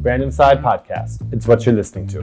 Random Side Podcast. It's what you're listening to.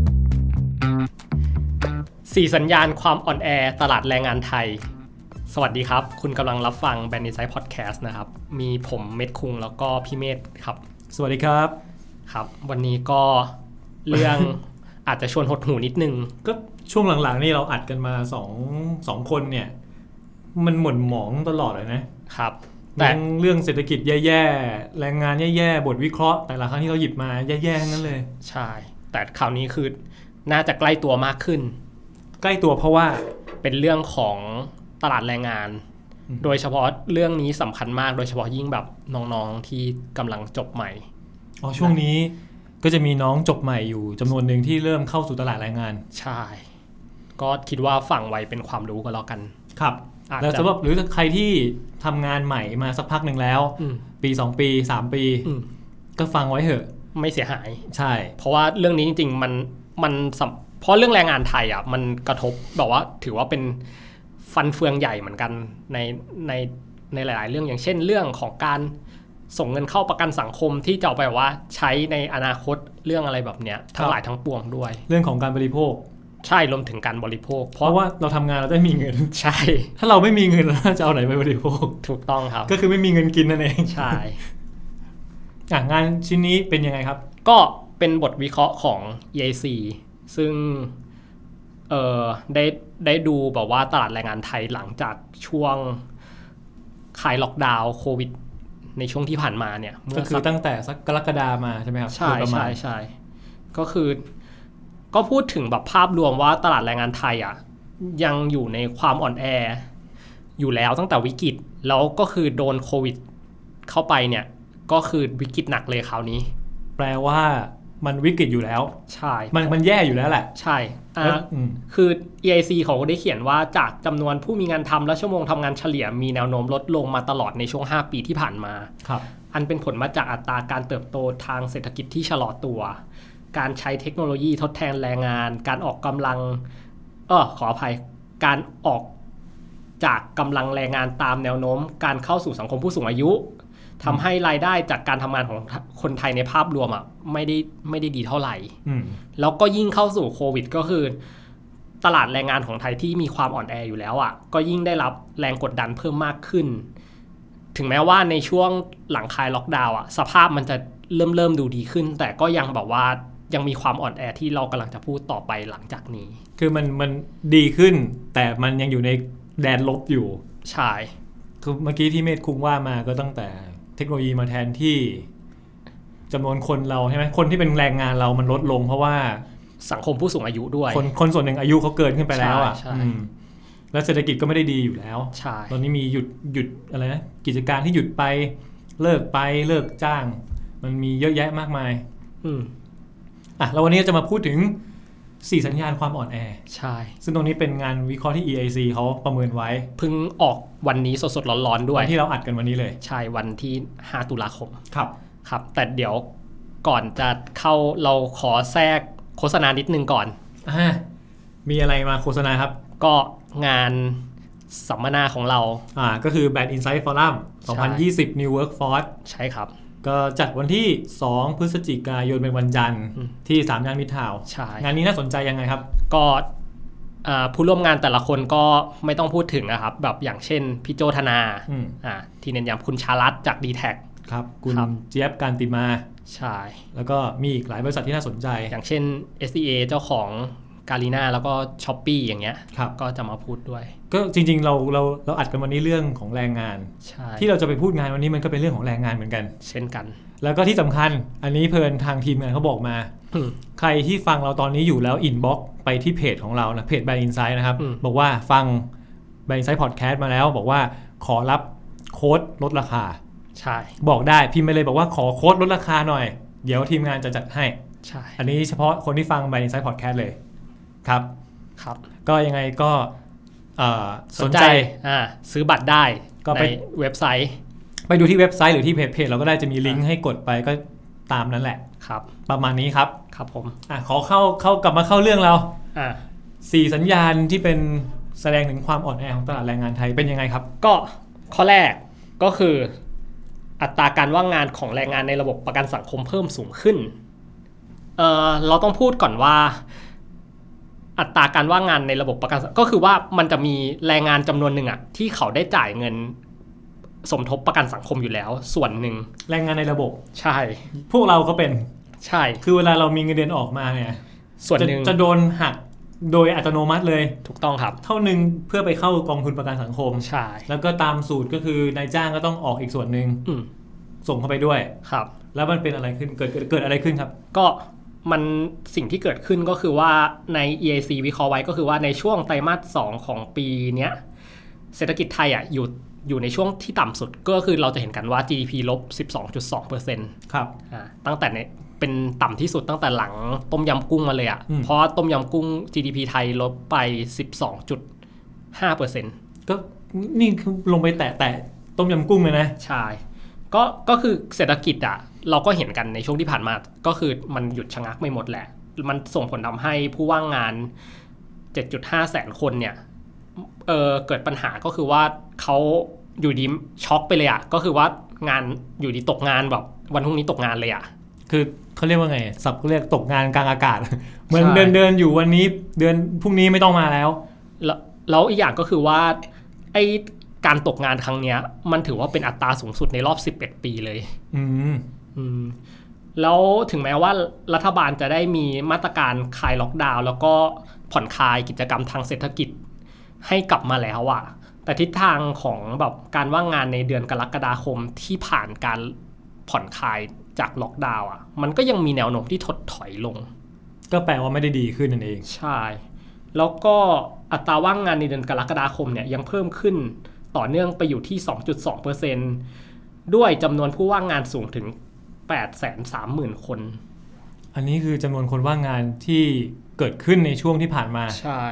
4 สัญญาณความอ่อนแอตลาดแรงงานไทยสวัสดีครับคุณกำลังรับฟัง Brand Insight Podcast นะครับมีผมเมธคุงแล้วก็พี่เมธครับสวัสดีครับครับวันนี้ก็เรื่อง อาจจะชวนหดหูนิดนึงก็ช่วงหลังๆนี่เราอัดกันมาสองคนเนี่ยมันหม่นหมองตลอดเลยนะครับแต่เรื่องเศรษฐกิจแย่ๆแรงงานแย่ๆบทวิเคราะห์แต่ละครั้งที่เราหยิบมาแย่ๆทั้งนั้นเลยใช่แต่คราวนี้คือน่าจะใกล้ตัวมากขึ้นใกล้ตัวเพราะว่าเป็นเรื่องของตลาดแรงงานโดยเฉพาะเรื่องนี้สำคัญมากโดยเฉพาะยิ่งแบบน้องๆที่กำลังจบใหม่ช่วงนี้ก็จะมีน้องจบใหม่อยู่จำนวนหนึ่งที่เริ่มเข้าสู่ตลาดแรงงานใช่ก็คิดว่าฝั่งไว้เป็นความรู้ก็แล้วกันครับแล้วสำหรับหรือใครที่ทำงานใหม่มาสักพักหนึ่งแล้วปี2ปี3ปีก็ฟังไว้เถอะไม่เสียหายใช่เพราะว่าเรื่องนี้จริงๆมันเพราะเรื่องแรงงานไทยอ่ะมันกระทบแบบว่าถือว่าเป็นฟันเฟืองใหญ่เหมือนกันในหลายๆเรื่องอย่างเช่นเรื่องของการส่งเงินเข้าประกันสังคมที่จะเอาไปว่าใช้ในอนาคตเรื่องอะไรแบบเนี้ยทั้งหลายทั้งปวงด้วยเรื่องของการบริโภคใช่รวมถึงการบริโภคเพราะว่าเราทำงานเราได้มีเงินใช่ถ้าเราไม่มีเงินเราจะเอาไหนไปบริโภคถูกต้องครับก็คือไม่มีเงินกินนั่นเองใช่งานชิ้นนี้เป็นยังไงครับก็เป็นบทวิเคราะห์ของ EIC ซึ่งได้ดูแบบว่าตลาดแรงงานไทยหลังจากช่วงคลายล็อกดาวน์โควิดในช่วงที่ผ่านมาเนี่ยก็คือตั้งแต่สักกรกฎามาใช่ไหมครับใช่ใช่ใช่ก็คือก็พูดถึงแบบภาพรวมว่าตลาดแรงงานไทยอ่ะยังอยู่ในความอ่อนแออยู่แล้วตั้งแต่วิกฤตแล้วก็คือโดนโควิดเข้าไปเนี่ยก็คือวิกฤตหนักเลยคราวนี้แปลว่ามันวิกฤตอยู่แล้วใช่มันแย่อยู่แล้วแหละใช่คือ EIC เขาได้เขียนว่าจากจำนวนผู้มีงานทำและชั่วโมงทำงานเฉลี่ยมีแนวโน้มลดลงมาตลอดในช่วง5ปีที่ผ่านมาครับอันเป็นผลมาจากอัตราการเติบโตทางเศรษฐกิจที่ชะลอตัวการใช้เทคโนโลยีทดแทนแรงงานการออกกำลังขออภัยการออกจากกำลังแรงงานตามแนวโน้มการเข้าสู่สังคมผู้สูงอายุทำให้รายได้จากการทำงานของคนไทยในภาพรวมอ่ะไม่ได้ดีเท่าไหร่แล้วก็ยิ่งเข้าสู่โควิดก็คือตลาดแรงงานของไทยที่มีความอ่อนแออยู่แล้วอ่ะก็ยิ่งได้รับแรงกดดันเพิ่มมากขึ้นถึงแม้ว่าในช่วงหลังคลายล็อกดาวน์อ่ะสภาพมันจะเริ่มดูดีขึ้นแต่ก็ยังแบบว่ายังมีความอ่อนแอที่เรากำลังจะพูดต่อไปหลังจากนี้คือมันดีขึ้นแต่มันยังอยู่ในแดนลบอยู่ใช่คือเมื่อกี้ที่เมธคุงว่ามาก็ตั้งแต่เทคโนโลยีมาแทนที่จำนวนคนเราใช่ไหมคนที่เป็นแรงงานเรามันลดลงเพราะว่าสังคมผู้สูงอายุด้วยคนส่วนหนึ่งอายุเขาเกินขึ้นไปแล้วอ่ะแล้วเศรษฐกิจก็ไม่ได้ดีอยู่แล้วตอนนี้มีหยุดอะไรนะกิจการที่หยุดไปเลิกจ้างมันมีเยอะแยะมากมายแล้ววันนี้จะมาพูดถึง4สัญญาณความอ่อนแอใช่ซึ่งตรงนี้เป็นงานวิเคราะห์ที่ EIC เขาประเมินไว้เพิ่งออกวันนี้สดๆร้อนๆด้วยที่เราอัดกันวันนี้เลยใช่วันที่5ตุลาคมครับแต่เดี๋ยวก่อนจะเข้าเราขอแทรกโฆษณานิดนึงก่อนมีอะไรมาโฆษณาครับก็งานสัมมนาของเราก็คือ Brand Insight Forum 2020 New Workforce ใช่ครับก็จัดวันที่2พฤศจิกายนเป็นวันจันทร์ที่3ย่านมิตรทาวน์งานนี้น่าสนใจยังไงครับก็ผู้ร่วมงานแต่ละคนก็ไม่ต้องพูดถึงนะครับแบบอย่างเช่นพี่โจธนาที่เน้นย้ำคุณชาลัตจาก D-Tech ครับคุณเจี๊ยบการติมาใช่แล้วก็มีอีกหลายบริษัทที่น่าสนใจอย่างเช่น SCA เจ้าของการีน่าแล้วก็ Shopee อย่างเงี้ยก็จะมาพูดด้วยก็จริงๆเราอัดกันวันนี้เรื่องของแรงงานที่เราจะไปพูดงานวันนี้มันก็เป็นเรื่องของแรงงานเหมือนกันเช่นกันแล้วก็ที่สำคัญอันนี้เพลินทางทีมงานเขาบอกมาใครที่ฟังเราตอนนี้อยู่แล้วอินบ็อกซ์ไปที่เพจของเรานะเพจ Brand Insight นะครับบอกว่าฟัง Brand Insight Podcast มาแล้วบอกว่าขอรับโค้ดลดราคาใช่บอกได้พิมพ์ไปเลยบอกว่าขอโค้ดลดราคาหน่อยเดี๋ยวทีมงานจะจัดให้ใช่อันนี้เฉพาะคนที่ฟัง Brand Insight Podcast เลยครับก็ยังไงก็สนใจซื้อบัตรได้ก็ไปเว็บไซต์ไปดูที่เว็บไซต์หรือที่เพจเราก็ได้จะมีลิงก์ให้กดไปก็ตามนั้นแหละครับประมาณนี้ครับครับผมขอเข้ากลับมาเข้าเรื่องเรา4สัญญาณที่เป็นแสดงถึงความอ่อนแอของตลาดแรงงานไทยเป็นยังไงครับก็ข้อแรกก็คืออัตราการว่างงานของแรงงานในระบบประกันสังคมเพิ่มสูงขึ้นเราต้องพูดก่อนว่าอัตราการว่างงานในระบบประกันก็คือว่ามันจะมีแรงงานจำนวนหนึ่งอะที่เขาได้จ่ายเงินสมทบประกันสังคมอยู่แล้วส่วนหนึ่งแรงงานในระบบใช่พวกเราก็เป็นใช่คือเวลาเรามีเงินเดือนออกมาเนี่ยส่วนหนึ่งจะโดนหักโดยอัตโนมัติเลยถูกต้องครับเท่านึงเพื่อไปเข้ากองทุนประกันสังคมใช่แล้วก็ตามสูตรก็คือนายจ้างก็ต้องออกอีกส่วนนึงส่งเข้าไปด้วยครับแล้วมันเป็นอะไรขึ้นเกิดอะไรขึ้นครับก็มันสิ่งที่เกิดขึ้นก็คือว่าใน EIC วิเคราะห์ไว้ก็คือว่าในช่วงไตรมาส2ของปีนี้เศรษฐกิจไทยอยู่ในช่วงที่ต่ำสุดก็คือเราจะเห็นกันว่า GDP ลบ 12.2% ครับตั้งแต่เป็นต่ำที่สุดตั้งแต่หลังต้มยำกุ้งมาเลยเพราะต้มยำกุ้ง GDP ไทยลบไป 12.5% ก็นี่คือลงไปแตะต้มยำกุ้งเลยนะใช่ก็คือเศรษฐกิจเราก็เห็นกันในช่วงที่ผ่านมาก็คือมันหยุดชะงักไม่หมดแหละมันส่งผลทำให้ผู้ว่างงาน 7.5 แสนคนเนี่ยเกิดปัญหาก็คือว่าเขาอยู่ดีช็อกไปเลยก็คือว่างานอยู่ดีตกงานแบบวันพรุ่งนี้ตกงานเลยคือเขาเรียกว่าไงศัพท์เรียกตกงานกลางอากาศเหมือนเดินอยู่วันนี้เดือนพรุ่งนี้ไม่ต้องมาแล้วอีกอย่างก็คือว่าไอการตกงานครั้งนี้มันถือว่าเป็นอัตราสูงสุดในรอบ11ปีเลยแล้วถึงแม้ว่ารัฐบาลจะได้มีมาตรการคลายล็อกดาวน์แล้วก็ผ่อนคลายกิจกรรมทางเศรษฐกิจให้กลับมาแล้วแต่ทิศทางของแบบการว่างงานในเดือนกรกฎาคมที่ผ่านการผ่อนคลายจากล็อกดาวน์มันก็ยังมีแนวโน้มที่ถดถอยลงก็แปลว่าไม่ได้ดีขึ้นนั่นเองใช่แล้วก็อัตราว่างงานในเดือนกรกฎาคมเนี่ยยังเพิ่มขึ้นต่อเนื่องไปอยู่ที่ 2.2% ด้วยจำนวนผู้ว่างงานสูงถึง 830,000 คนอันนี้คือจำนวนคนว่างงานที่เกิดขึ้นในช่วงที่ผ่านมาใช่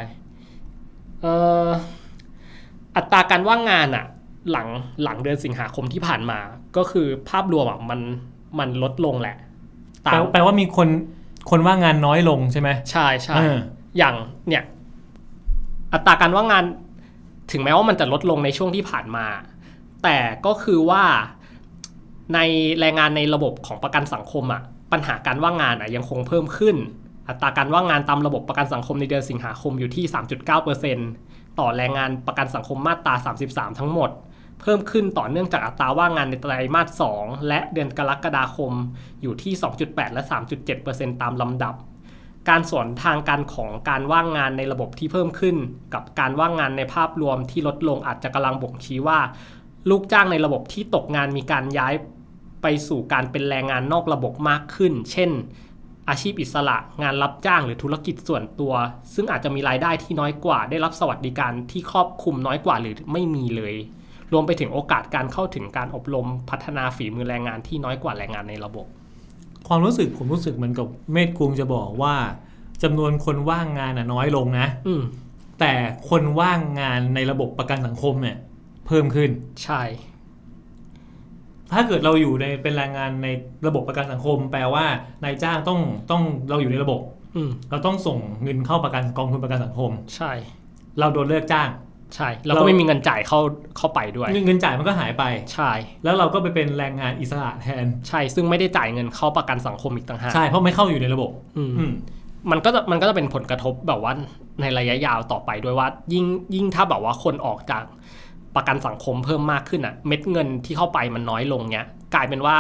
อัตราการว่างงานหลังเดือนสิงหาคมที่ผ่านมาก็คือภาพรวมมันลดลงแหละแปลว่ามีคนว่างงานน้อยลงใช่ไหมใช่ใช่อย่างเนี่ยอัตราการว่างงานถึงแม้ว่ามันจะลดลงในช่วงที่ผ่านมาแต่ก็คือว่าในแรงงานในระบบของประกันสังคมปัญหาการว่างงานยังคงเพิ่มขึ้นอัตราการว่างงานตามระบบประกันสังคมในเดือนสิงหาคมอยู่ที่ 3.9% ต่อแรงงานประกันสังคมมาตรา33ทั้งหมดเพิ่มขึ้นต่อเนื่องจากอัตราว่างงานในไตรมาส2และเดือนกรกฎาคมอยู่ที่ 2.8 และ 3.7% ตามลำดับการสวนทางกันของการว่างงานในระบบที่เพิ่มขึ้นกับการว่างงานในภาพรวมที่ลดลงอาจจะกำลังบ่งชี้ว่าลูกจ้างในระบบที่ตกงานมีการย้ายไปสู่การเป็นแรงงานนอกระบบมากขึ้นเช่นอาชีพอิสระงานรับจ้างหรือธุรกิจส่วนตัวซึ่งอาจจะมีรายได้ที่น้อยกว่าได้รับสวัสดิการที่ครอบคลุมน้อยกว่าหรือไม่มีเลยรวมไปถึงโอกาสการเข้าถึงการอบรมพัฒนาฝีมือแรงงานที่น้อยกว่าแรงงานในระบบผมรู้สึกเหมือนกับเมธกุงจะบอกว่าจำนวนคนว่างงานน้อยลงนะแต่คนว่างงานในระบบประกันสังคมเนี่ยเพิ่มขึ้นใช่ถ้าเกิดเราอยู่ในเป็นแรงงานในระบบประกันสังคมแปลว่านายจ้างต้องเราอยู่ในระบบเราต้องส่งเงินเข้าประกันกองทุนประกันสังคมใช่เราโดนเลิกจ้างใช่เราก็ไม่มีเงินจ่ายเข้าไปด้วยเงินจ่ายมันก็หายไปใช่แล้วเราก็ไปเป็นแรงงานอิสระแทนใช่ซึ่งไม่ได้จ่ายเงินเข้าประกันสังคมอีกต่างหากใช่เพราะไม่เข้าอยู่ในระบบมันก็จะเป็นผลกระทบแบบว่าในระยะยาวต่อไปด้วยว่ายิ่งถ้าแบบว่าคนออกจากประกันสังคมเพิ่มมากขึ้นเม็ดเงินที่เข้าไปมันน้อยลงเนี้ยกลายเป็นว่า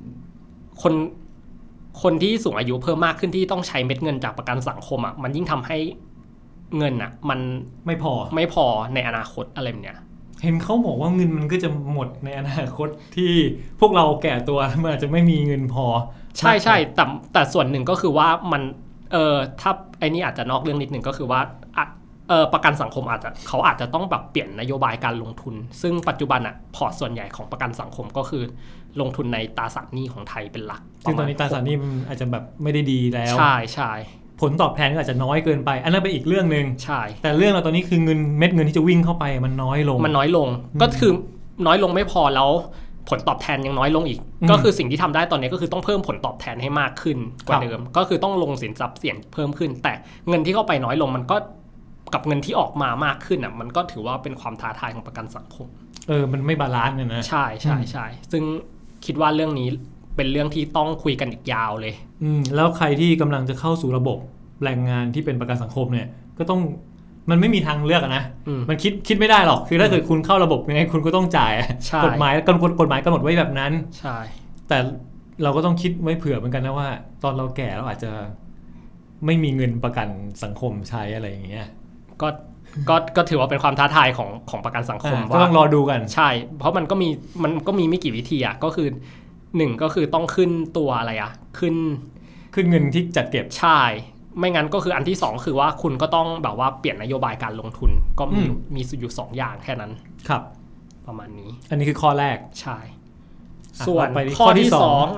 คนที่สูงอายุเพิ่มมากขึ้นที่ต้องใช้เม็ดเงินจากประกันสังคมมันยิ่งทำให้เงินมันไม่พอในอนาคตอะไรแบบเนี้ยเห็นเขาบอกว่าเงินมันก็จะหมดในอนาคตที่พวกเราแก่ตัวมันอาจจะไม่มีเงินพอใช่แต่ส่วนหนึ่งก็คือว่ามันถ้าไอ้นี่อาจจะนอกเรื่องนิดนึงก็คือว่าประกันสังคมเขาอาจจะต้องแบบเปลี่ยนนโยบายการลงทุนซึ่งปัจจุบันพอร์ตส่วนใหญ่ของประกันสังคมก็คือลงทุนในตราสารหนี้ของไทยเป็นหลักซึ่งตอนนี้ตราสารหนี้มันอาจจะแบบไม่ได้ดีแล้วใช่ผลตอบแทนก็อาจจะน้อยเกินไปอันนั้นเป็นอีกเรื่องนึงใช่แต่เรื่องเราตอนนี้คือเม็ดเงินที่จะวิ่งเข้าไปมันน้อยลงก็คือน้อยลงไม่พอแล้วผลตอบแทนยังน้อยลงอีกก็คือสิ่งที่ทำได้ตอนนี้ก็คือต้องเพิ่มผลตอบแทนให้มากขึ้นกว่าเดิมก็คือต้องลงสินทรัพย์เสี่ยงเพิ่มขึ้นแต่เงินที่เข้าไปน้อยลงมันก็กับเงินที่ออกมามากขึ้นมันก็ถือว่าเป็นความท้าทายของประกันสังคมมันไม่บาลานซ์เนี่ยนะใช่ซึ่งคิดว่าเรื่องนี้เป็นเรื่องที่ต้องคุยกันอีกยาวเลยแล้วใครที่กำลังจะเข้าสู่ระบบแรงงานที่เป็นประกันสังคมเนี่ยก็ต้องมันไม่มีทางเลือกนะมันคิดไม่ได้หรอกคือถ้าเกิดคุณเข้าระบบยังไงคุณก็ต้องจ่ายกฎหมายกำหนดไว้แบบนั้นใช่แต่เราก็ต้องคิดไว้เผื่อเหมือนกันนะว่าตอนเราแก่เราอาจจะไม่มีเงินประกันสังคมใช้อะไรอย่างเงี้ยก็ถือว่าเป็นความท้าทายของประกันสังคมก็ต้องรอดูกันใช่เพราะมันก็มีไม่กี่วิธีอ่ะก็คือ1ก็คือต้องขึ้นตัวอะไรอ่ะขึ้นเงินที่จัดเก็บใช่ไม่งั้นก็คืออันที่2คือว่าคุณก็ต้องแบบว่าเปลี่ยนนโยบายการลงทุนก็มีอยู่2อย่างแค่นั้นครับประมาณนี้อันนี้คือข้อแรกใช่ส่วนข้อที่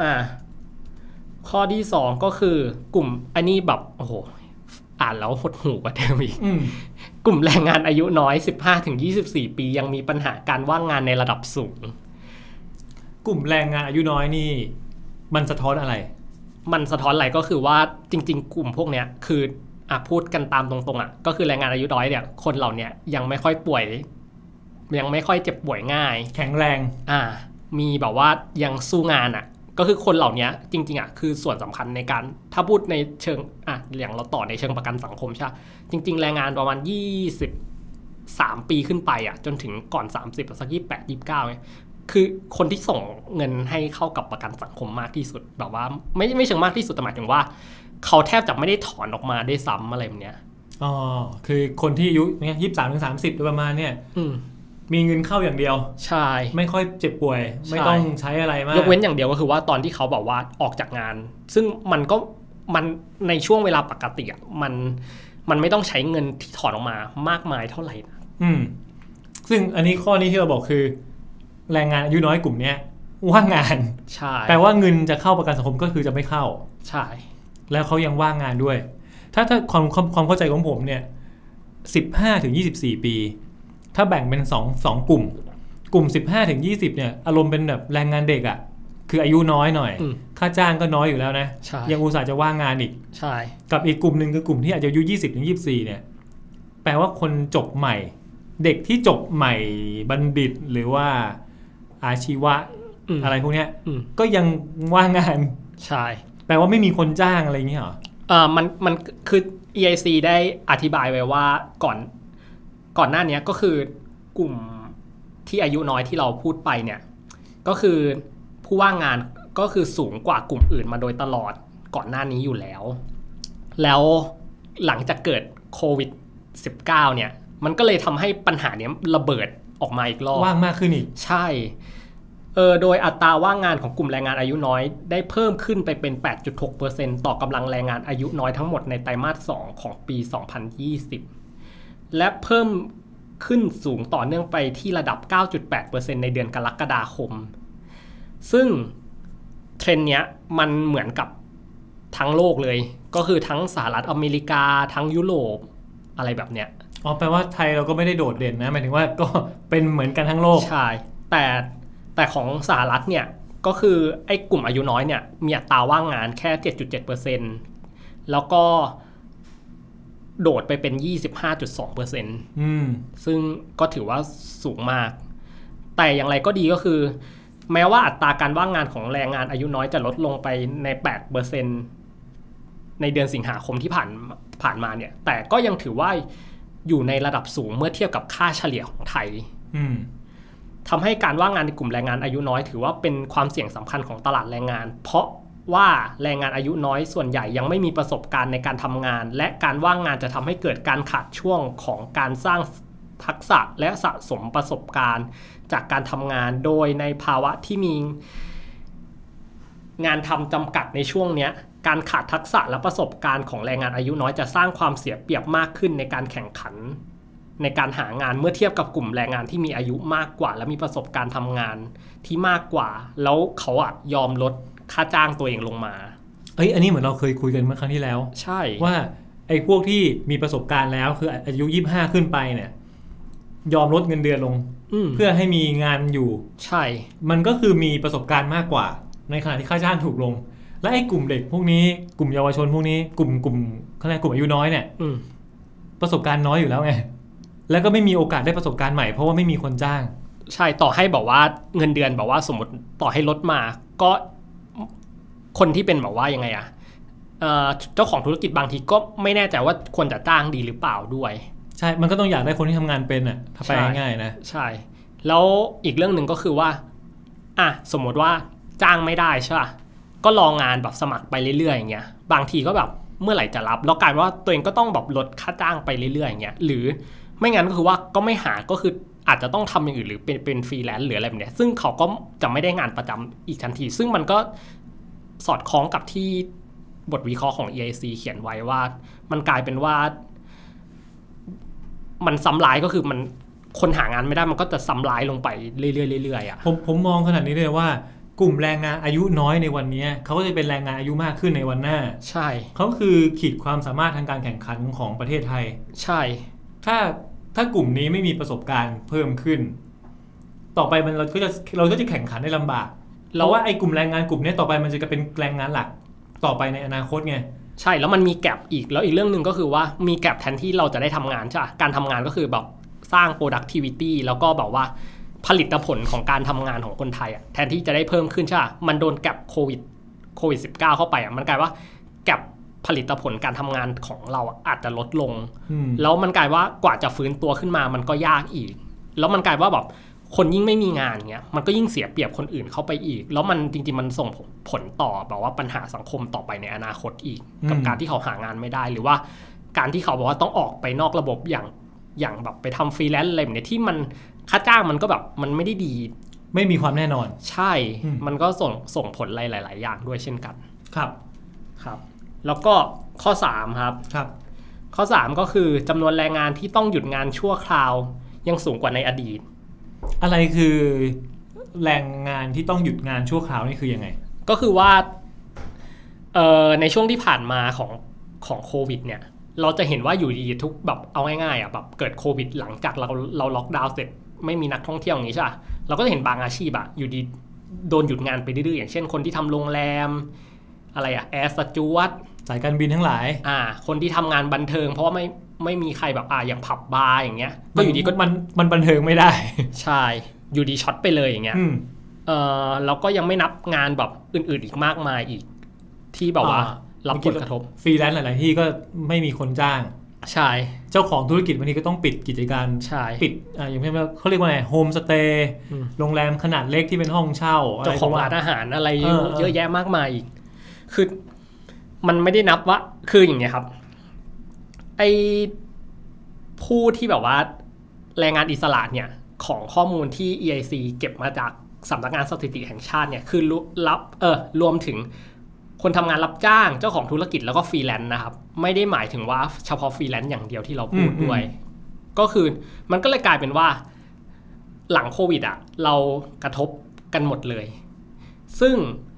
2ข้อที่2ก็คือกลุ่มอันนี้แบบโอ้โหอ่านแล้วหดหู่กว่าเดิมอีกกลุ่มแรงงานอายุน้อย 15-24 ปียังมีปัญหาการว่างงานในระดับสูงกลุ่มแรงงานอายุน้อยนี่มันสะท้อนอะไรมันสะท้อนอะไรก็คือว่าจริงๆกลุ่มพวกเนี้ยคือพูดกันตามตรงๆก็คือแรงงานอายุน้อยเนี่ยคนเหล่านี้ยังไม่ค่อยป่วยยังไม่ค่อยเจ็บป่วยง่ายแข็งแรงมีแบบว่ายังสู้งานก็คือคนเหล่านี้จริงๆคือส่วนสำคัญในการถ้าพูดในเชิงอย่างเราต่อในเชิงประกันสังคมใช่จริงๆแรงงานประมาณ23ปีขึ้นไปจนถึงก่อน30สัก28 29เนี่ยคือคนที่ส่งเงินให้เข้ากับประกันสังคมมากที่สุดแบบว่าไม่เชิงมากที่สุดแต่หมายถึงว่าเขาแทบจะไม่ได้ถอนออกมาได้ซ้ำอะไรแบบเนี้ยคือคนที่อายุ23-30โดยประมาณเนี่ยมีเงินเข้าอย่างเดียวใช่ไม่ค่อยเจ็บป่วยไม่ต้องใช้อะไรมากยกเว้นอย่างเดียวก็คือว่าตอนที่เขาบอกว่าออกจากงานซึ่งมันในช่วงเวลาปกติมันไม่ต้องใช้เงินที่ถอนออกมามากมายเท่าไหร่นะซึ่งอันนี้ข้อนี้ที่เราบอกคือแรงงานอายุน้อยกลุ่มนี้ว่างงานใช่แปลว่าเงินจะเข้าประกันสังคมก็คือจะไม่เข้าใช่แล้วเขายังว่างงานด้วยถ้าความเข้าใจของผมเนี่ย15-24 ปีถ้าแบ่งเป็น2กลุ่ม 15-20 เนี่ยอารมณ์เป็นแบบแรงงานเด็กคืออายุน้อยหน่อยค่าจ้างก็น้อยอยู่แล้วนะยังอุตส่าห์จะว่างงานอีกใช่กับอีกกลุ่มนึงคือกลุ่มที่อายุ 20-24 เนี่ยแปลว่าคนจบใหม่เด็กที่จบใหม่บัณฑิตหรือว่าอาชีวะอะไรพวกนี้ก็ยังว่างงานใช่แปลว่าไม่มีคนจ้างอะไรอย่างเงี้ยหรอมันคือ EIC ได้อธิบายไว้ว่าก่อนหน้านี้ก็คือกลุ่มที่อายุน้อยที่เราพูดไปเนี่ยก็คือผู้ว่างงานก็คือสูงกว่ากลุ่มอื่นมาโดยตลอดก่อนหน้านี้อยู่แล้วหลังจากเกิดโควิด -19 เนี่ยมันก็เลยทำให้ปัญหานี้ระเบิดออกมาอีกรอบว่างมากขึ้นอีกใช่โดยอัตราว่างงานของกลุ่มแรงงานอายุน้อยได้เพิ่มขึ้นไปเป็น 8.6% ต่อกำลังแรงงานอายุน้อยทั้งหมดในไตรมาส 2 ของปี 2020 และเพิ่มขึ้นสูงต่อเนื่องไปที่ระดับ 9.8% ในเดือนกรกฎาคมซึ่งเทรนด์เนี้ยมันเหมือนกับทั้งโลกเลยก็คือทั้งสหรัฐอเมริกาทั้งยุโรปอะไรแบบเนี้ยแปลว่าไทยเราก็ไม่ได้โดดเด่นนะหมายถึงว่าก็เป็นเหมือนกันทั้งโลกใช่แต่ของสหรัฐเนี่ยก็คือไอ้กลุ่มอายุน้อยเนี่ยมีอัตราว่างงานแค่ 7.7% แล้วก็โดดไปเป็น 25.2% ซึ่งก็ถือว่าสูงมากแต่อย่างไรก็ดีก็คือแม้ว่าอัตราการว่างงานของแรงงานอายุน้อยจะลดลงไปใน 8% ในเดือนสิงหาคมที่ผ่านมาเนี่ยแต่ก็ยังถือว่าอยู่ในระดับสูงเมื่อเทียบกับค่าเฉลี่ยของไทยทำให้การว่างงานในกลุ่มแรงงานอายุน้อยถือว่าเป็นความเสี่ยงสำคัญของตลาดแรงงานเพราะว่าแรงงานอายุน้อยส่วนใหญ่ยังไม่มีประสบการณ์ในการทำงานและการว่างงานจะทำให้เกิดการขาดช่วงของการสร้างทักษะและสะสมประสบการณ์จากการทำงานโดยในภาวะที่มีงานทำจำกัดในช่วงนี้การขาดทักษะและประสบการณ์ของแรงงานอายุน้อยจะสร้างความเสียเปรียบมากขึ้นในการแข่งขันในการหางานเมื่อเทียบกับกลุ่มแรงงานที่มีอายุมากกว่าและมีประสบการณ์ทำงานที่มากกว่าแล้วเขายอมลดค่าจ้างตัวเองลงมาอันนี้เหมือนเราเคยคุยกันเมื่อครั้งที่แล้วใช่ว่าไอ้พวกที่มีประสบการณ์แล้วคืออายุ25ขึ้นไปเนี่ยยอมลดเงินเดือนลงเพื่อให้มีงานอยู่ใช่มันก็คือมีประสบการณ์มากกว่าในขณะที่ค่าจ้างถูกลงและไอ้กลุ่มเด็กพวกนี้กลุ่มเยาวชนพวกนี้กลุ่มเขาเรียกกลุ่มอายุน้อยเนี่ยประสบการณ์น้อยอยู่แล้วไงแล้วก็ไม่มีโอกาสได้ประสบการณ์ใหม่เพราะว่าไม่มีคนจ้างใช่ต่อให้บอกว่าเงินเดือนบอกว่าสมมติต่อให้ลดมาก็คนที่เป็นแบบว่ายังไงอะเจ้าของธุรกิจบางทีก็ไม่แน่ใจว่าควรจะจ้างดีหรือเปล่าด้วยใช่มันก็ต้องอยากได้คนที่ทำงานเป็นอ่ะถ้าไปง่ายๆนะใช่แล้วอีกเรื่องหนึ่งก็คือว่าสมมติว่าจ้างไม่ได้ใช่ป่ะก็รองานแบบสมัครไปเรื่อยๆอย่างเงี้ยบางทีก็แบบเมื่อไหร่จะรับแล้วกลายว่าตัวเองก็ต้องแบบลดค่าจ้างไปเรื่อยๆอย่างเงี้ยหรือไม่งั้นก็คือว่าก็ไม่หาก็คืออาจจะต้องทำอย่างอื่นหรือเป็นฟรีแลนซ์หรืออะไรแบบเนี้ยซึ่งเขาก็จะไม่ได้งานประจำอีกทันทีซึ่งมันก็สอดคล้องกับที่บทวิเคราะห์ของ EIC เขียนไว้ว่ามันกลายเป็นว่ามันซ้ำร้ายก็คือมันคนหางานไม่ได้มันก็จะซ้ำร้ายลงไปเรื่อยๆอ่ะผมมองขนาดนี้เลยว่ากลุ่มแรงงานอายุน้อยในวันนี้เขาก็จะเป็นแรงงานอายุมากขึ้นในวันหน้าใช่เขาคือขีดความสามารถทางการแข่งขันของประเทศไทยใช่ถ้ากลุ่มนี้ไม่มีประสบการณ์เพิ่มขึ้นต่อไปเราก็จะแข่งขันได้ลำบากเราว่าไอ้กลุ่มแรงงานกลุ่มนี้ต่อไปมันจะเป็นแรงงานหลักต่อไปในอนาคตไงใช่แล้วมันมีแกปอีกแล้วอีกเรื่องนึงก็คือว่ามีแกปแทนที่เราจะได้ทำงานใช่ป่ะการทำงานก็คือแบบสร้าง productivity แล้วก็แบบว่าผลิตผลของการทำงานของคนไทยอ่ะแทนที่จะได้เพิ่มขึ้นใช่ป่ะมันโดนแกปโควิด-19 เข้าไปอ่ะมันกลายว่าแกปผลิตผลการทำงานของเราอาจจะลดลงแล้วมันกลายว่ากว่าจะฟื้นตัวขึ้นมามันก็ยากอีกแล้วมันกลายว่าแบบคนยิ่งไม่มีงานเงี้ยมันก็ยิ่งเสียเปรียบคนอื่นเข้าไปอีกแล้วมันจริงๆมันส่งผลต่อแบบว่าปัญหาสังคมต่อไปในอนาคตอีกกับการที่เขาหางานไม่ได้หรือว่าการที่เขาบอกว่าต้องออกไปนอกระบบอย่างแบบไปทำฟรีแลนซ์อะไรแบบนี้ที่มันค่าจ้างมันก็แบบมันไม่ได้ดีไม่มีความแน่นอนใช่มันก็ส่งผลหลายๆอย่างด้วยเช่นกันครับแล้วก็ข้อ3ครับข้อ3ก็คือจำนวนแรงงานที่ต้องหยุดงานชั่วคราวยังสูงกว่าในอดีตอะไรคือแรงงานที่ต้องหยุดงานชั่วคราวนี่คือยังไงก็คือว่าในช่วงที่ผ่านมาของโควิดเนี่ยเราจะเห็นว่าอยู่ดีทุกแบบเอาง่ายๆแบบเกิดโควิดหลังจากเราล็อกดาวน์เสร็จไม่มีนักท่องเที่ยวอย่างนี้ใช่ป่ะเราก็จะเห็นบางอาชีพอยู่ดีโดนหยุดงานไปดื้อๆอย่างเช่นคนที่ทำโรงแรมอะไรแอร์สจวตสายการบินทั้งหลายคนที่ทำงานบันเทิงเพราะว่าไม่มีใครแบบอย่างผับบาร์อย่างเงี้ยก็อยู่ดีก็มันบันเทิงไม่ได้ใช่อยู่ดีช็อตไปเลยอย่างเงี้ยแล้วก็ยังไม่นับงานแบบอื่นๆอีกมากมายอีกที่แบบว่ารับผลกระทบฟรีแลนซ์หลายๆที่ก็ไม่มีคนจ้างใช่เจ้าของธุรกิจบางทีก็ต้องปิดกิจการปิดอย่างเช่นว่าเขาเรียกว่าไงโฮมสเตย์โรงแรมขนาดเล็กที่เป็นห้องเช่าเจ้าของร้านอาหารอะไรเยอะแยะมากมายอีกคือมันไม่ได้นับว่าคืออย่างเงี้ยครับไอผู้ที่แบบว่าแรงงานอิสระเนี่ยของข้อมูลที่ EIC เก็บมาจากสำนักงานสถิติแห่งชาติเนี่ยคือรวมถึงคนทำงานรับจ้างเจ้าของธุรกิจแล้วก็ฟรีแลนซ์นะครับไม่ได้หมายถึงว่าเฉพาะฟรีแลนซ์อย่างเดียวที่เราพูดด้วยก็คือมันก็เลยกลายเป็นว่าหลังโควิดเรากระทบกันหมดเลยซึ่ง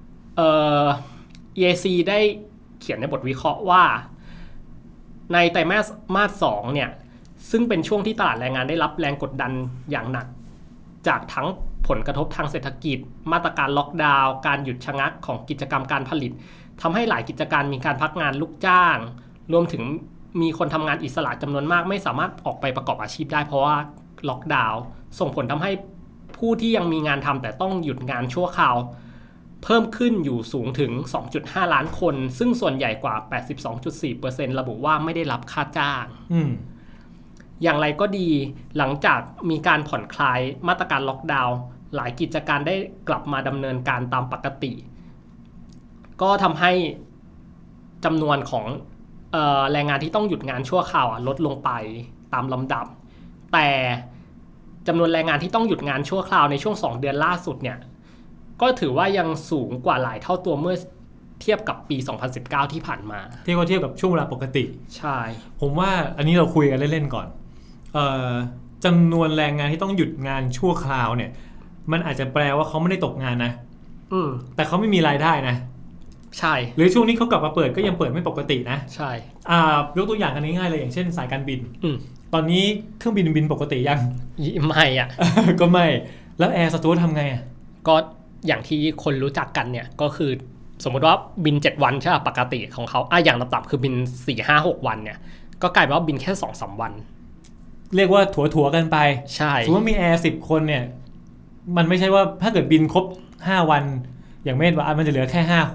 EIC ได้เขียนในบทวิเคราะห์ว่าในไตรมาส 2เนี่ยซึ่งเป็นช่วงที่ตลาดแรงงานได้รับแรงกดดันอย่างหนักจากทั้งผลกระทบทางเศรษฐกิจมาตรการล็อกดาวน์การหยุดชะงักของกิจกรรมการผลิตทำให้หลายกิจการมีการพักงานลูกจ้างรวมถึงมีคนทำงานอิสระจำนวนมากไม่สามารถออกไปประกอบอาชีพได้เพราะว่าล็อกดาวน์ส่งผลทำให้ผู้ที่ยังมีงานทำแต่ต้องหยุดงานชั่วคราวเพิ่มขึ้นอยู่สูงถึง 2.5 ล้านคนซึ่งส่วนใหญ่กว่า 82.4% ระบุว่าไม่ได้รับค่าจ้างอย่างไรก็ดีหลังจากมีการผ่อนคลายมาตรการล็อกดาวน์หลายกิจการได้กลับมาดำเนินการตามปกติก็ทำให้จำนวนของแรงงานที่ต้องหยุดงานชั่วคราวลดลงไปตามลำดับแต่จำนวนแรงงานที่ต้องหยุดงานชั่วคราวในช่วง2 เดือนล่าสุดเนี่ยก็ถือว่ายังสูงกว่าหลายเท่าตัวเมื่อเทียบกับปี 2019 ที่ผ่านมาเทียบกับช่วงเวลาปกติใช่ผมว่าอันนี้เราคุยกันเล่นๆก่อนจำนวนแรงงานที่ต้องหยุดงานชั่วคราวเนี่ยมันอาจจะแปลว่าเขาไม่ได้ตกงานนะแต่เขาไม่มีรายได้นะใช่หรือช่วงนี้เขากลับมาเปิดก็ยังเปิดไม่ปกตินะใช่ยกตัวอย่างกันง่ายๆเลยอย่างเช่นสายการบินตอนนี้เครื่องบินปกติยังไม่ก็ไม่แล้วแอร์สจ๊วตทำไงก็อย่างที่คนรู้จักกันเนี่ยก็คือสมมติว่าบิน7 วันใช่ป่ะปกติของเขาอย่างต่ำๆคือบิน 4-5-6 วันเนี่ยก็กลายเป็นว่าบินแค่ 2-3 วันเรียกว่าถั่วๆกันไปใช่สมมติว่ามีแอร์10 คนเนี่ยมันไม่ใช่ว่าถ้าเกิดบินครบ5 วันอย่างเมธว่ามันจะเหลือแค่5 คน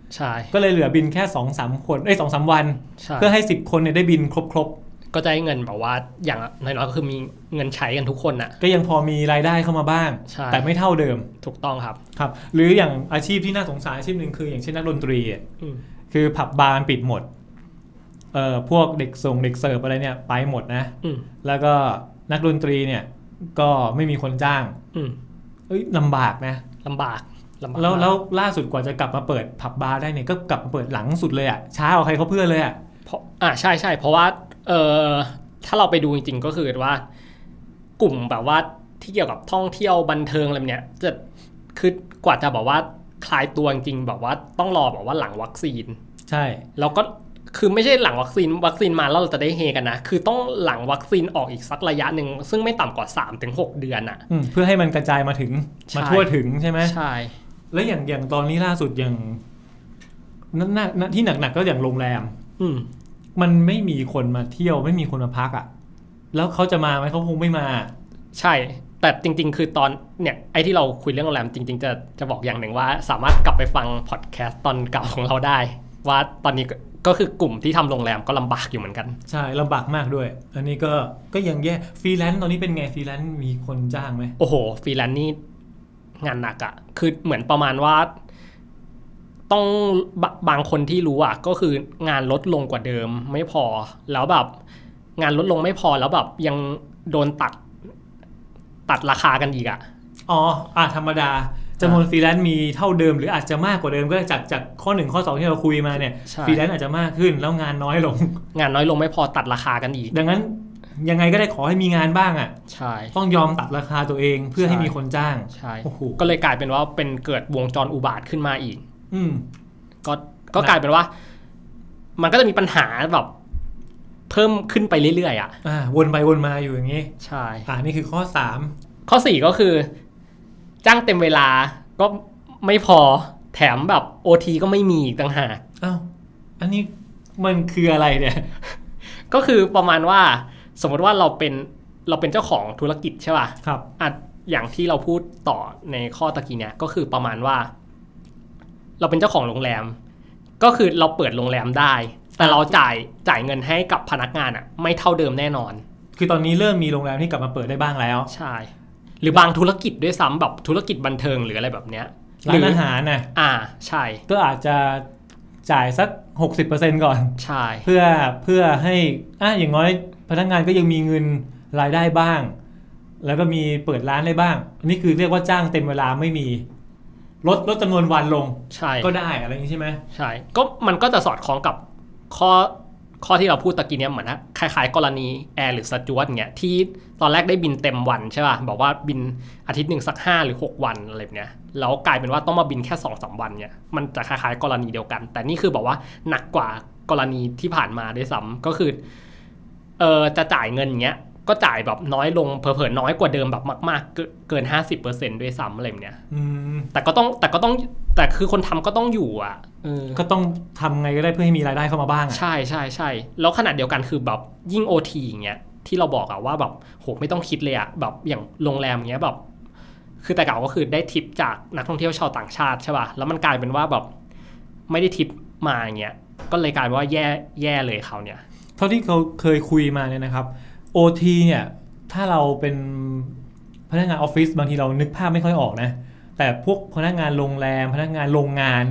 ใช่ก็เลยเหลือบินแค่ 2-3 คน 2-3 วันเพื่อให้10คนเนี่ยได้บินครบก็จะได้เงินแบบว่าอย่างน้อยๆก็คือมีเงินใช้กันทุกคนน่ะก็ยังพอมีรายได้เข้ามาบ้างแต่ไม่เท่าเดิมถูกต้องครับหรืออย่างอาชีพที่น่าสงสารอาชีพนึงคืออย่างเช่นนักดนตรีคือผับบาร์ปิดหมดพวกเด็กส่งเด็กเสิร์ฟอะไรเนี่ยไปหมดนะแล้วก็นักดนตรีเนี่ยก็ไม่มีคนจ้างลำบากนะลำบากแล้วล่าสุดกว่าจะกลับมาเปิดผับบาร์ได้เนี่ยก็กลับมาเปิดหลังสุดเลยอ่ะช้ากว่าใครเขาเพื่อนเลยอ่ะเพราะใช่เพราะว่าถ้าเราไปดูจริงๆก็คือว่ากลุ่มแบบว่าที่เกี่ยวกับท่องเที่ยวบันเทิงอะไรเนี่ยจะคือกว่าจะบอกว่าคลายตัวจริงๆแบบว่าต้องรอแบบว่าหลังวัคซีนใช่แล้วก็คือไม่ใช่หลังวัคซีนมาแล้วเราจะได้เฮกันนะคือต้องหลังวัคซีนออกอีกสักระยะนึงซึ่งไม่ต่ำกว่า 3-6 เดือนอ่ะเพื่อให้มันกระจายมาถึงมาทั่วถึงใช่ไหมใช่แล้วอย่างตอนนี้ล่าสุดอย่างที่หนักๆก็อย่างโรงแรมมันไม่มีคนมาเที่ยวไม่มีคนมาพักอ่ะแล้วเขาจะมาไหมเขาคงไม่มาใช่แต่จริงๆคือตอนเนี่ยไอ้ที่เราคุยเรื่องโรงแรมจริงๆจะบอกอย่างหนึ่งว่าสามารถกลับไปฟังพอดแคสต์ตอนเก่าของเราได้ว่าตอนนี้ก็คือกลุ่มที่ทำโรงแรมก็ลำบากอยู่เหมือนกันใช่ลำบากมากด้วยอันนี้ก็ยังแย่ฟรีแลนซ์ตอนนี้เป็นไงฟรีแลนซ์มีคนจ้างไหมโอ้โหฟรีแลนซ์นี่งานหนักอ่ะคือเหมือนประมาณว่าต้องบางคนที่รู้อ่ะก็คืองานลดลงกว่าเดิมไม่พอแล้วแบบงานลดลงไม่พอแล้วแบบยังโดนตัดราคากันอีกอ่ะธรรมดาจำนวนฟรีแลนซ์มีเท่าเดิมหรืออาจจะมากกว่าเดิมก็จากข้อ1ข้อ2ที่เราคุยมาเนี่ยฟรีแลนซ์อาจจะมากขึ้นแล้วงานน้อยลงไม่พอตัดราคากันอีกดังนั้นยังไงก็ได้ขอให้มีงานบ้างอ่ะใช่ต้องยอมตัดราคาตัวเองเพื่อให้มีคนจ้างใช่ก็เลยกลายเป็นว่าเป็นเกิดวงจรอุบาทขึ้นมาอีกก็กลายเป็นว่ามันก็จะมีปัญหาแบบเพิ่มขึ้นไปเรื่อยๆอ่ะวนไปวนมาอยู่อย่างนี้ใช่นี่คือข้อ3 ข้อ4ก็คือจ้างเต็มเวลาก็ไม่พอแถมแบบ OT ก็ไม่มีอีกต่างหากอันนี้มันคืออะไรเนี่ยก็คือประมาณว่าสมมติว่าเราเป็นเจ้าของธุรกิจใช่ป่ะครับอย่างที่เราพูดต่อในข้อตะกี้เนี่ยก็คือประมาณว่าเราเป็นเจ้าของโรงแรมก็คือเราเปิดโรงแรมได้แต่เราจ่ายเงินให้กับพนักงานอ่ะไม่เท่าเดิมแน่นอนคือตอนนี้เริ่มมีโรงแรมที่กลับมาเปิดได้บ้างแล้วใช่หรือบางธุรกิจด้วยซ้ำแบบธุรกิจบันเทิงหรืออะไรแบบเนี้ยร้านอาหารนะใช่ก็อาจจะจ่ายสัก 60% ก่อนใช่เพื่อให้อย่างน้อยพนักงานก็ยังมีเงินรายได้บ้างแล้วก็มีเปิดร้านได้บ้างอันนี้คือเรียกว่าจ้างเต็มเวลาไม่มีลดจำนวนวันลงใช่ก็ได้อะไรอย่างนี้ใช่ไหมใช่ก็มันก็จะสอดคล้องกับข้อที่เราพูดตะกี้เนี้ยเหมือนนะคล้ายๆกรณีแอร์หรือสจ๊วตเงี้ยที่ตอนแรกได้บินเต็มวันใช่ป่ะบอกว่าบินอาทิตย์นึงสัก5หรือ6วันอะไรแบบเนี้ยแล้วกลายเป็นว่าต้องมาบินแค่ 2-3 วันเนี่ยมันจะคล้ายๆกรณีเดียวกันแต่นี่คือบอกว่าหนักกว่ากรณีที่ผ่านมาด้วยซ้ำก็คือจะจ่ายเงินอย่างเงี้ยก็จ่ายแบบน้อยลงเผลอๆน้อยกว่าเดิมแบบมากๆเกิน 50% ด้วยซ้ำอะไรแบบเนี้ยแต่ก็ต้องแต่คือคนทำก็ต้องอยู่อ่ะก็ต้องทำไงก็ได้เพื่อให้มีรายได้เข้ามาบ้างใช่แล้วขนาดเดียวกันคือแบบยิ่ง OT อย่างเงี้ยที่เราบอกอะว่าแบบโหไม่ต้องคิดเลยอะแบบอย่างโรงแรมเงี้ยแบบคือแต่เก่าก็คือได้ทิปจากนักท่องเที่ยวชาวต่างชาติใช่ป่ะแล้วมันกลายเป็นว่าแบบไม่ได้ทิปมาอย่างเงี้ยก็เลยกลายเป็นว่าแย่เลยเขาเนี่ยเท่าที่เขาเคยคุยมาเนี่ยนะครับ OT เนี่ยถ้าเราเป็นพนักงานออฟฟิศบางทีเรานึกภาพไม่ค่อยออกนะแต่พวกพนักงานโรงแรมพนักงานโรงงาน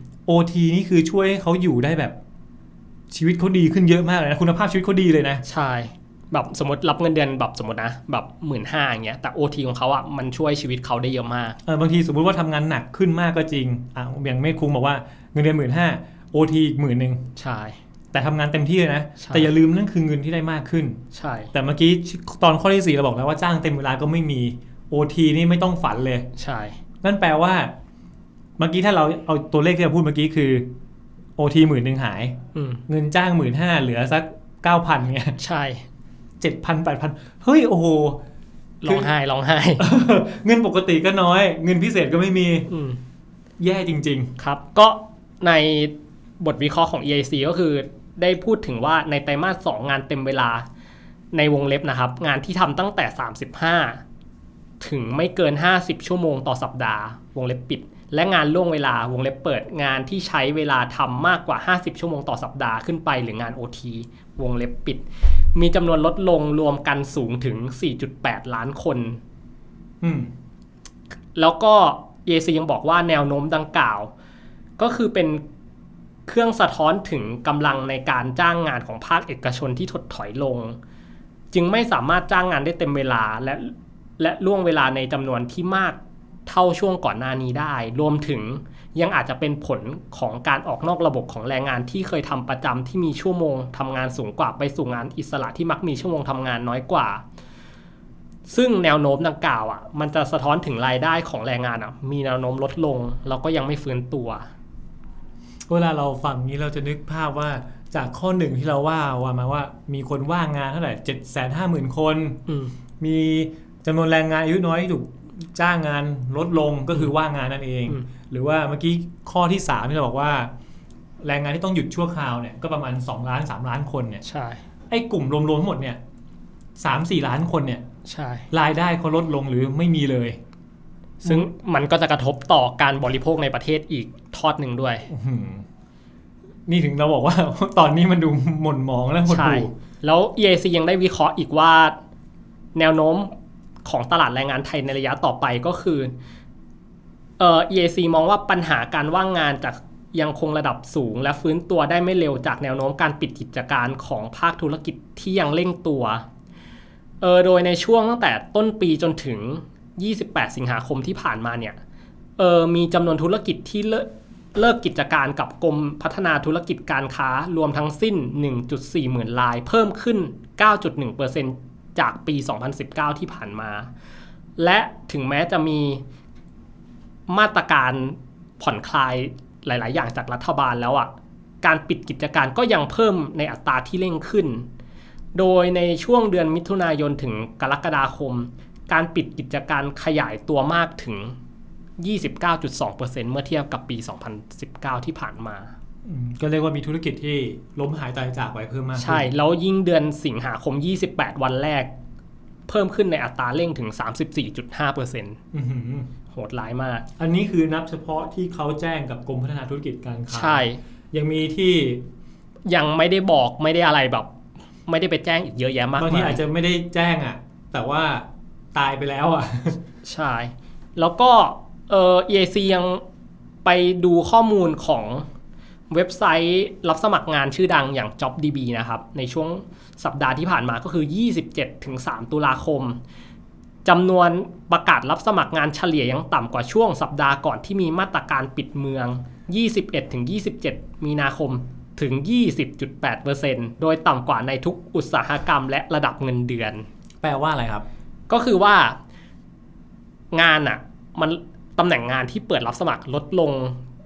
OT นี่คือช่วยให้เขาอยู่ได้แบบชีวิตเขาดีขึ้นเยอะมากเลยนะคุณภาพชีวิตเขาดีเลยนะใช่แบบสมมติรับเงินเดือนแบบสมมตินะแบบ 15,000 อย่างเงี้ยแต่ OT ของเขาอ่ะมันช่วยชีวิตเขาได้เยอะมากบางทีสมมุติว่าทำงานหนักขึ้นมากก็จริงอย่างเมฆคุงบอกว่าเงินเดือน 15,000 OT อีก 10,000 ใช่แต่ทำงานเต็มที่เลยนะแต่อย่าลืมนั่นคือเงินที่ได้มากขึ้นใช่แต่เมื่อกี้ตอนข้อที่4เราบอกแล้วว่าจ้างเต็มเวลาก็ไม่มี OT นี่ไม่ต้องฝันเลยใช่นั่นแปลว่าเมื่อกี้ถ้าเราเอาตัวเลขที่เราพูดเมื่อกี้คือ OT 10,000 หายเงินจ้าง 15,000 เหลือสัก 9,000 เงี้ยใช่ 7,000 8,000 เฮ้ยโอ้โหร้องไห้เงินปกติก็น้อยเงินพิเศษก็ไม่มีแย่จริงๆครับก็ในบทวิเคราะห์ของ EIC ก็คือได้พูดถึงว่าในไตรมาส 2งานเต็มเวลาในวงเล็บนะครับงานที่ทำตั้งแต่35ถึงไม่เกิน50ชั่วโมงต่อสัปดาห์วงเล็บปิดและงานล่วงเวลาวงเล็บเปิดงานที่ใช้เวลาทำมากกว่า50ชั่วโมงต่อสัปดาห์ขึ้นไปหรืองาน OT วงเล็บปิดมีจำนวนลดลงรวมกันสูงถึง 4.8 ล้านคนแล้วก็ EAC ยังบอกว่าแนวโน้มดังกล่าวก็คือเป็นเครื่องสะท้อนถึงกำลังในการจ้างงานของภาคเอกชนที่ถดถอยลงจึงไม่สามารถจ้างงานได้เต็มเวลาและล่วงเวลาในจำนวนที่มากเท่าช่วงก่อนหน้านี้ได้รวมถึงยังอาจจะเป็นผลของการออกนอกระบบของแรงงานที่เคยทำประจำที่มีชั่วโมงทำงานสูงกว่าไปสู่งานอิสระที่มักมีชั่วโมงทำงานน้อยกว่าซึ่งแนวโน้มดังกล่าวมันจะสะท้อนถึงรายได้ของแรงงานมีแนวโน้มลดลงแล้วก็ยังไม่ฟื้นตัวเวลาเราฟังนี้เราจะนึกภาพว่าจากข้อหนึ่งที่เราว่ามาว่ามีคนว่างงานเท่าไหร่ 750,000 คนมีจำนวนแรงงานอายุน้อยที่ถูกจ้างงานลดลงก็คือว่างงานนั่นเองหรือว่าเมื่อกี้ข้อที่3ที่เราบอกว่าแรงงานที่ต้องหยุดชั่วคราวเนี่ยก็ประมาณ2ล้าน3ล้านคนเนี่ยใช่ไอ้กลุ่มรวมๆทั้งหมดเนี่ย 3-4 ล้านคนเนี่ยใช่รายได้เขาลดลงหรือไม่มีเลยซึ่งมันก็จะกระทบต่อการบริโภคในประเทศอีกทอดหนึ่งด้วยนี่ถึงเราบอกว่าตอนนี้มันดูหม่นหมองแล้วหดหู่แล้ว EAC ยังได้วิเคราะห์อีกว่าแนวโน้มของตลาดแรงงานไทยในระยะต่อไปก็คือEAC มองว่าปัญหาการว่างงานจากยังคงระดับสูงและฟื้นตัวได้ไม่เร็วจากแนวโน้มการปิดกิจการของภาคธุรกิจที่ยังเร่งตัวโดยในช่วงตั้งแต่ต้นปีจนถึง28สิงหาคมที่ผ่านมาเนี่ยมีจำนวนธุรกิจที่เลิกกิจการกับกรมพัฒนาธุรกิจการค้ารวมทั้งสิ้น 1.4 หมื่นรายเพิ่มขึ้น 9.1% จากปี 2019 ที่ผ่านมาและถึงแม้จะมีมาตรการผ่อนคลายหลายๆอย่างจากรัฐบาลแล้วการปิดกิจการก็ยังเพิ่มในอัตราที่เร่งขึ้นโดยในช่วงเดือนมิถุนายนถึงกรกฎาคมการปิดกิจการขยายตัวมากถึง 29.2% เมื่อเทียบกับปี 2019 ที่ผ่านมาก็เรียกว่ามีธุรกิจที่ล้มหายตายจากไปเพิ่มมากใช่แล้วยิ่งเดือนสิงหาคม28วันแรกเพิ่มขึ้นในอัตราเร่งถึง 34.5% โหดร้ายมากอันนี้คือนับเฉพาะที่เขาแจ้งกับกรมพัฒนาธุรกิจการค้าใช่ยังมีที่ยังไม่ได้บอกไม่ได้อะไรแบบไม่ได้ไปแจ้งอีกเยอะแยะมากมายบางทีอาจจะไม่ได้แจ้งแต่ว่าตายไปแล้วใช่แล้วก็EAC ยังไปดูข้อมูลของเว็บไซต์รับสมัครงานชื่อดังอย่าง JobDB นะครับในช่วงสัปดาห์ที่ผ่านมาก็คือ 27-3 ตุลาคมจำนวนประกาศรับสมัครงานเฉลี่ยยังต่ำกว่าช่วงสัปดาห์ก่อนที่มีมาตรการปิดเมือง 21-27 มีนาคมถึง 20.8% โดยต่ำกว่าในทุกอุตสาหกรรมและระดับเงินเดือนแปลว่าอะไรครับก็คือว่างานมันตำแหน่งงานที่เปิดรับสมัครลดลง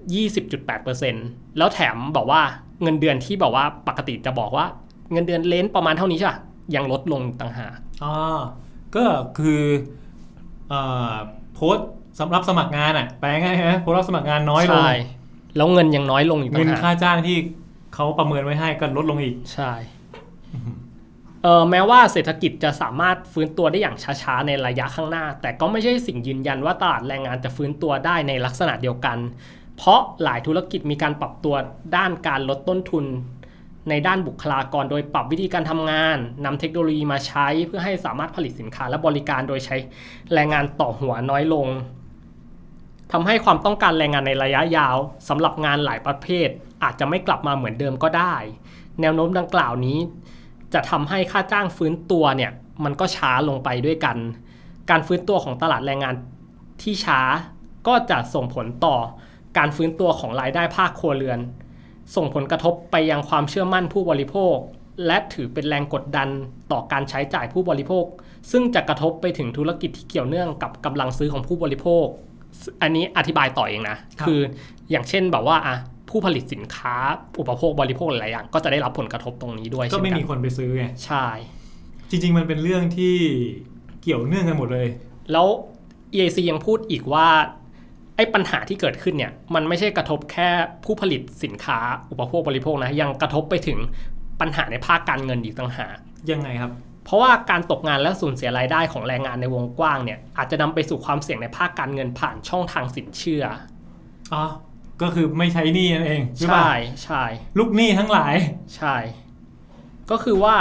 20.8% แล้วแถมบอกว่าเงินเดือนที่บอกว่าปกติจะบอกว่าเงินเดือนเลนประมาณเท่านี้ใช่ป่ะยังลดลงต่างหากก็คือโพสต์สำหรับสมัครงานแปลง่ายๆโพสต์รับสมัครงานน้อยลงใช่แล้วเงินยังน้อยลงอีกต่างหากเงินค่าจ้างที่เขาประเมินไว้ให้ก็ลดลงอีกใช่แม้ว่าเศรษฐกิจจะสามารถฟื้นตัวได้อย่างช้าๆในระยะข้างหน้าแต่ก็ไม่ใช่สิ่งยืนยันว่าตลาดแรงงานจะฟื้นตัวได้ในลักษณะเดียวกันเพราะหลายธุรกิจมีการปรับตัวด้านการลดต้นทุนในด้านบุคลากรโดยปรับวิธีการทำงานนำเทคโนโลยีมาใช้เพื่อให้สามารถผลิตสินค้าและบริการโดยใช้แรงงานต่อหัวน้อยลงทำให้ความต้องการแรงงานในระยะยาวสำหรับงานหลายประเภทอาจจะไม่กลับมาเหมือนเดิมก็ได้แนวโน้มดังกล่าวนี้จะทำให้ค่าจ้างฟื้นตัวเนี่ยมันก็ช้าลงไปด้วยกันการฟื้นตัวของตลาดแรงงานที่ช้าก็จะส่งผลต่อการฟื้นตัวของรายได้ภาคครัวเรือนส่งผลกระทบไปยังความเชื่อมั่นผู้บริโภคและถือเป็นแรงกดดันต่อการใช้จ่ายผู้บริโภคซึ่งจะกระทบไปถึงธุรกิจที่เกี่ยวเนื่องกับกำลังซื้อของผู้บริโภคอันนี้อธิบายต่อเองนะคืออย่างเช่นแบบว่าผู้ผลิตสินค้าอุปโภคบริโภคหลายอย่างก็จะได้รับผลกระทบตรงนี้ด้วยก็ไม่มีคนไปซื้อไงใช่จริงๆมันเป็นเรื่องที่เกี่ยวเนื่องกันหมดเลยแล้ว EAC ยังพูดอีกว่าไอ้ปัญหาที่เกิดขึ้นเนี่ยมันไม่ใช่กระทบแค่ผู้ผลิตสินค้าอุปโภคบริโภคนะยังกระทบไปถึงปัญหาในภาคการเงินอีกต่างหากยังไงครับเพราะว่าการตกงานและสูญเสียรายได้ของแรงงานในวงกว้างเนี่ยอาจจะนำไปสู่ความเสี่ยงในภาคการเงินผ่านช่องทางสินเชื่ออ๋อก็คือไม่ใช้หนี้นั่นเองใช่ใช่ลูกหนี้ทั้งหลายใช่ก็คือว่า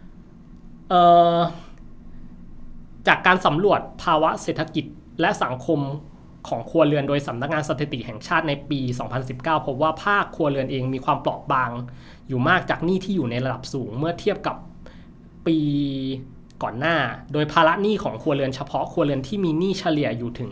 จากการสำรวจภาวะเศรษฐกิจและสังคมของครัวเรือนโดยสำนักงานสถิติแห่งชาติในปี 2019 พบว่าภาคครัวเรือนเองมีความเปราะบางอยู่มากจากหนี้ที่อยู่ในระดับสูงเมื่อเทียบกับปีก่อนหน้าโดยภาระหนี้ของครัวเรือนเฉพาะครัวเรือนที่มีหนี้เฉลี่ยอยู่ถึง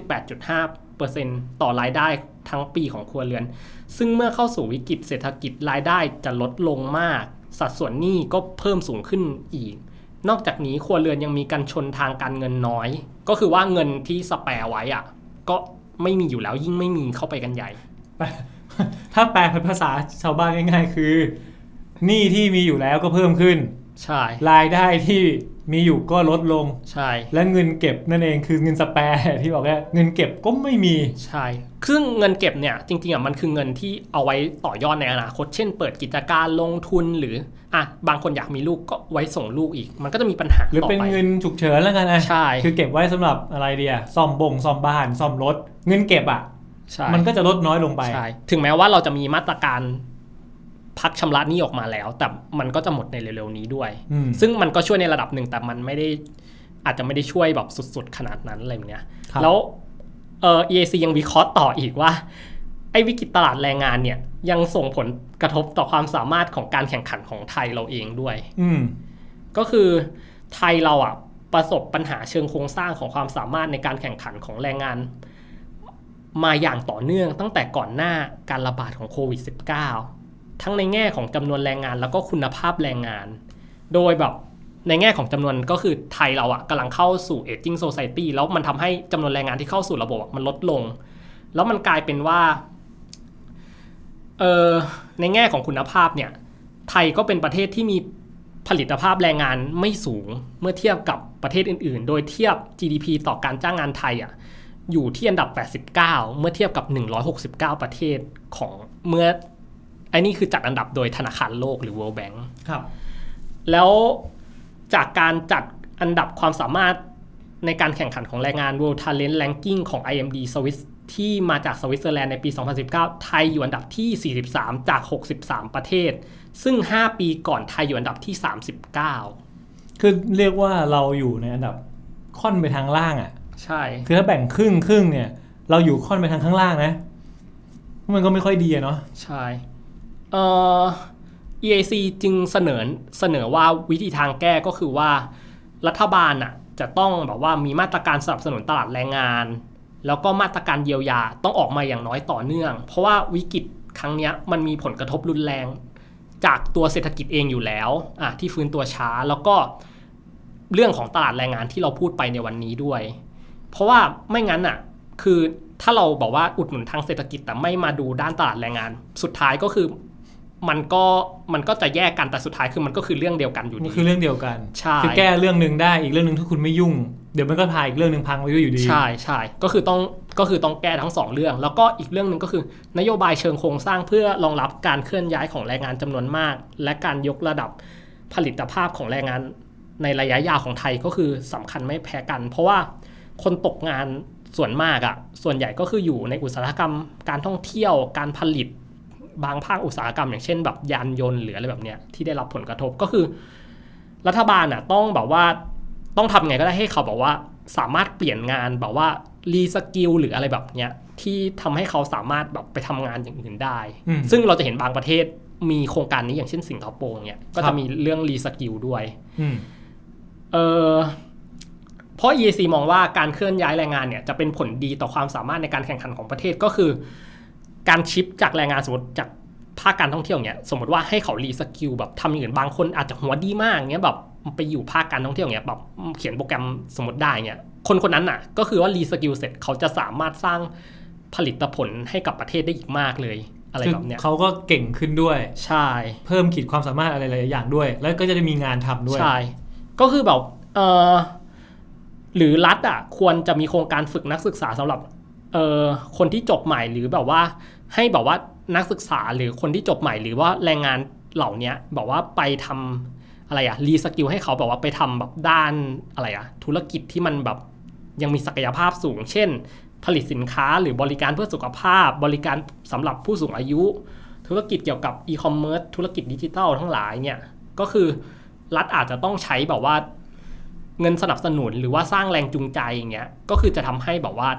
98.5% ต่อรายได้ทั้งปีของครัวเรือนซึ่งเมื่อเข้าสู่วิกฤตเศรษฐกิจรายได้จะลดลงมากสัดส่วนหนี้ก็เพิ่มสูงขึ้นอีกนอกจากนี้ครัวเรือนยังมีกันชนทางการเงินน้อยก็คือว่าเงินที่สแปร์ไว้อ่ะก็ไม่มีอยู่แล้วยิ่งไม่มีเข้าไปกันใหญ่ถ้าแปลเป็นภาษาชาวบ้านง่ายๆคือหนี้ที่มีอยู่แล้วก็เพิ่มขึ้นใช่รายได้ที่มีอยู่ก็ลดลงใช่และเงินเก็บนั่นเองคือเงินสแปร์ที่บอกว่าเงินเก็บก็ไม่มีใช่ซึ่งเงินเก็บเนี่ยจริงๆอ่ะมันคือเงินที่เอาไว้ต่อยอดในอนาคตเช่นเปิดกิจการลงทุนหรือบางคนอยากมีลูกก็ไว้ส่งลูกอีกมันก็จะมีปัญหาหรือเป็นเงินฉุกเฉินแล้วกันนะใช่คือเก็บไว้สำหรับอะไรดีอะซ่อมบ้านซ่อมรถเงินเก็บอ่ะมันก็จะลดน้อยลงไปใช่ถึงแม้ว่าเราจะมีมาตรการพักชำระหนี้ออกมาแล้วแต่มันก็จะหมดในเร็วๆนี้ด้วยซึ่งมันก็ช่วยในระดับหนึ่งแต่มันไม่ได้อาจจะไม่ได้ช่วยแบบสุดๆขนาดนั้นอะไรแบบเนี้ยแล้วEAC ยังวิเคราะห์ต่ออีกว่าไอ้วิกฤตตลาดแรงงานเนี่ยยังส่งผลกระทบต่อความสามารถของการแข่งขันของไทยเราเองด้วยก็คือไทยเราอ่ะประสบปัญหาเชิงโครงสร้างของความสามารถในการแข่งขันของแรงงานมาอย่างต่อเนื่องตั้งแต่ก่อนหน้าการระบาดของโควิด -19 ทั้งในแง่ของจำนวนแรงงานแล้วก็คุณภาพแรงงานโดยแบบในแง่ของจำนวนก็คือไทยเราอ่ะกำลังเข้าสู่ aging society แล้วมันทำให้จำนวนแรงงานที่เข้าสู่ระบบมันลดลงแล้วมันกลายเป็นว่าในแง่ของคุณภาพเนี่ยไทยก็เป็นประเทศที่มีผลิตภาพแรงงานไม่สูงเมื่อเทียบกับประเทศอื่นๆโดยเทียบ GDP ต่อการจ้างงานไทยอ่ะอยู่ที่อันดับ89เมื่อเทียบกับ169ประเทศของเมื่อไอ้นี่คือจัดอันดับโดยธนาคารโลกหรือ World Bank ครับแล้วจากการจัดอันดับความสามารถในการแข่งขันของแรงงาน World Talent Ranking ของ IMD Swiss ที่มาจากสวิตเซอร์แลนด์ในปี 2019 ไทยอยู่อันดับที่43จาก63ประเทศซึ่ง5ปีก่อนไทยอยู่อันดับที่39 คือเรียกว่าเราอยู่ในอันดับค่อนไปทางล่างอ่ะใช่คือถ้าแบ่งครึ่งเนี่ยเราอยู่ค่อนไปทางข้างล่างนะมันก็ไม่ค่อยดีเนาะใช่ EAC จึงเสนอว่าวิธีทางแก้ก็คือว่ารัฐบาลอ่ะจะต้องแบบว่ามีมาตรการสนับสนุนตลาดแรงงานแล้วก็มาตรการเยียวยาต้องออกมาอย่างน้อยต่อเนื่องเพราะว่าวิกฤตครั้งนี้มันมีผลกระทบรุนแรงจากตัวเศรษฐกิจเองอยู่แล้วที่ฟื้นตัวช้าแล้วก็เรื่องของตลาดแรงงานที่เราพูดไปในวันนี้ด้วยเพราะว่าไม่งั้นอ่ะคือถ้าเราบอกว่าอุดหนุนทางเศรษฐกิจแต่ไม่มาดูด้านตลาดแรงงานสุดท้ายก็คือมันก็จะแยกกันแต่สุดท้ายคือมันก็คือเรื่องเดียวกันอยู่ดีมันคือเรื่องเดียวกันใช่คือแก้เรื่องนึงได้อีกเรื่องนึงถ้าคุณไม่ยุ่งเดี๋ยวมันก็พาอีกเรื่องนึงพังไปด้วยอยู่ดีใช่ก็คือต้องแก้ทั้ง2เรื่องแล้วก็อีกเรื่องนึงก็คือนโยบายเชิงโครงสร้างเพื่อรองรับการเคลื่อนย้ายของแรงงานจำนวนมากและการยกระดับผลิตภาพของแรงงานในระยะยาวของไทยก็คือสำคัญไม่แพ้กันเพราะว่าคนตกงานส่วนมากส่วนใหญ่ก็คืออยู่ในอุตสาหกรรมการท่องเที่ยวการผลิตบางภาคอุตสาหกรรมอย่างเช่นแบบยานยนต์หรืออะไรแบบเนี้ยที่ได้รับผลกระทบก็คือรัฐบาลต้องแบบว่าต้องทำไงก็ได้ให้เขาบอกว่าสามารถเปลี่ยนงานแบบว่ารีสกิลหรืออะไรแบบเนี้ยที่ทำให้เขาสามารถแบบไปทำงานอย่างอื่นได้ซึ่งเราจะเห็นบางประเทศมีโครงการนี้อย่างเช่นสิงคโปร์เนี่ยก็จะมีเรื่องรีสกิลด้วยเพราะ EAC มองว่าการเคลื่อนย้ายแรงงานเนี่ยจะเป็นผลดีต่อความสามารถในการแข่งขันของประเทศก็คือการชิปจากแรงงานสมมติจากภาคการท่องเที่ยวเนี่ยสมมติว่าให้เขารีสกิลแบบทำอย่างอื่นบางคนอาจจะหัวดีมากเงี้ยแบบไปอยู่ภาคการท่องเที่ยวเนี่ยแบบเขียนโปรแกรมสมมติได้เนี่ยคนนั้นน่ะก็คือว่ารีสกิลเสร็จเขาจะสามารถสร้างผลิตผลให้กับประเทศได้อีกมากเลยอะไรแบบเนี้ยเขาก็เก่งขึ้นด้วยใช่เพิ่มขีดความสามารถอะไรหลายอย่างด้วยแล้วก็จะได้มีงานทำด้วยใช่ก็คือแบบหรือรัฐควรจะมีโครงการฝึกนักศึกษาสำหรับคนที่จบใหม่หรือแบบว่าให้แบบว่านักศึกษาหรือคนที่จบใหม่หรือว่าแรงงานเหล่านี้บอกว่าไปทำอะไรรีสกิลให้เขาแบบว่าไปทำแบบด้านอะไรธุรกิจที่มันแบบยังมีศักยภาพสูงเช่นผผลิตสินค้าหรือบริการเพื่อสุขภาพบริการสำหรับผู้สูงอายุธุรกิจเกี่ยวกับอีคอมเมิร์ซธุรกิจดิจิทัลทั้งหลายเนี่ยก็คือรัฐอาจจะต้องใช้แบบว่าเงินสนับสนุนหรือว่าสร้างแรงจูงใจอย่างเงี้ยก็คือจะทำให้แบบว่า